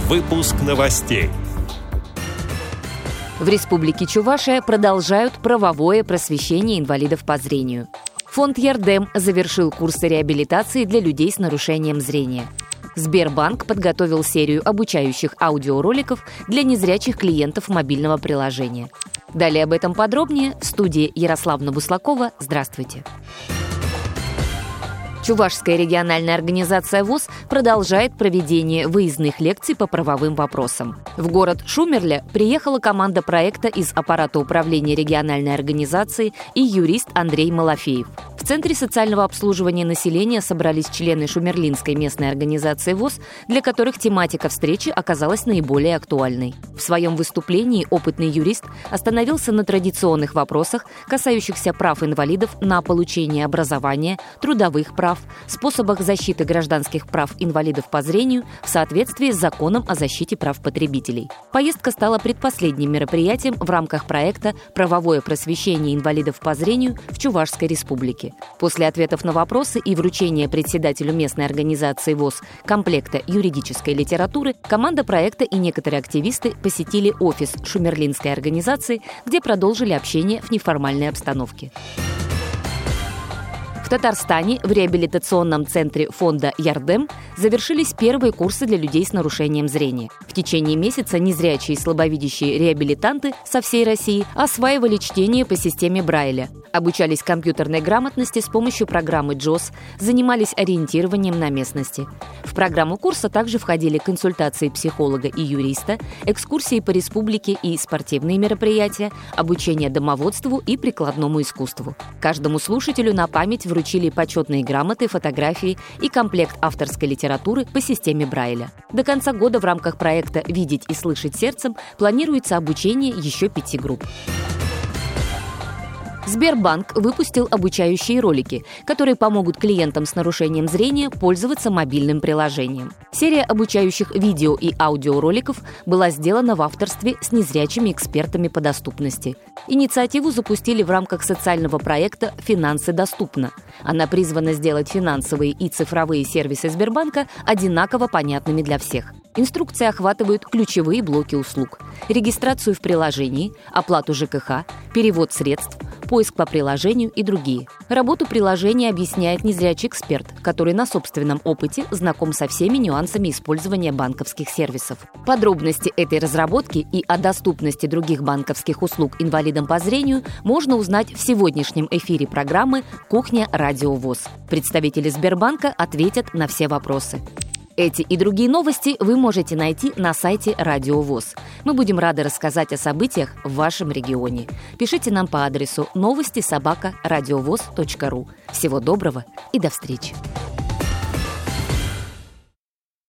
Выпуск новостей. В Республике Чувашия продолжают правовое просвещение инвалидов по зрению. Фонд «Ярдем» завершил курсы реабилитации для людей с нарушением зрения. Сбербанк подготовил серию обучающих аудиороликов для незрячих клиентов мобильного приложения. Далее об этом подробнее в студии Ярославна Буслакова. Здравствуйте. Чувашская региональная организация ВОС продолжает проведение выездных лекций по правовым вопросам. В город Шумерля приехала команда проекта из аппарата управления региональной организации и юрист Андрей Малафеев. В Центре социального обслуживания населения собрались члены Шумерлинской местной организации ВОС, для которых тематика встречи оказалась наиболее актуальной. В своем выступлении опытный юрист остановился на традиционных вопросах, касающихся прав инвалидов на получение образования, трудовых прав, способах защиты гражданских прав инвалидов по зрению в соответствии с Законом о защите прав потребителей. Поездка стала предпоследним мероприятием в рамках проекта «Правовое просвещение инвалидов по зрению в Чувашской республике». После ответов на вопросы и вручения председателю местной организации ВОС комплекта юридической литературы команда проекта и некоторые активисты посетили офис Шумерлинской организации, где продолжили общение в неформальной обстановке. В Татарстане в реабилитационном центре фонда «Ярдем» завершились первые курсы для людей с нарушением зрения. В течение месяца незрячие и слабовидящие реабилитанты со всей России осваивали чтение по системе Брайля, обучались компьютерной грамотности с помощью программы JAWS, занимались ориентированием на местности. В программу курса также входили консультации психолога и юриста, экскурсии по республике и спортивные мероприятия, обучение домоводству и прикладному искусству. Каждому слушателю на память вручили почетные грамоты, фотографии и комплект авторской литературы по системе Брайля. До конца года в рамках проекта «Видеть и слышать сердцем» планируется обучение еще 5 групп. Сбербанк выпустил обучающие ролики, которые помогут клиентам с нарушением зрения пользоваться мобильным приложением. Серия обучающих видео и аудиороликов была сделана в авторстве с незрячими экспертами по доступности. Инициативу запустили в рамках социального проекта «Финансы доступно». Она призвана сделать финансовые и цифровые сервисы Сбербанка одинаково понятными для всех. Инструкции охватывают ключевые блоки услуг: регистрацию в приложении, оплату ЖКХ, перевод средств, поиск по приложению и другие. Работу приложения объясняет незрячий эксперт, который на собственном опыте знаком со всеми нюансами использования банковских сервисов. Подробности этой разработки и о доступности других банковских услуг инвалидам по зрению можно узнать в сегодняшнем эфире программы «Кухня Радио ВОС». Представители Сбербанка ответят на все вопросы. Эти и другие новости вы можете найти на сайте Радио ВОС. Мы будем рады рассказать о событиях в вашем регионе. Пишите нам по адресу новости@радиовос.ру. Всего доброго и до встречи!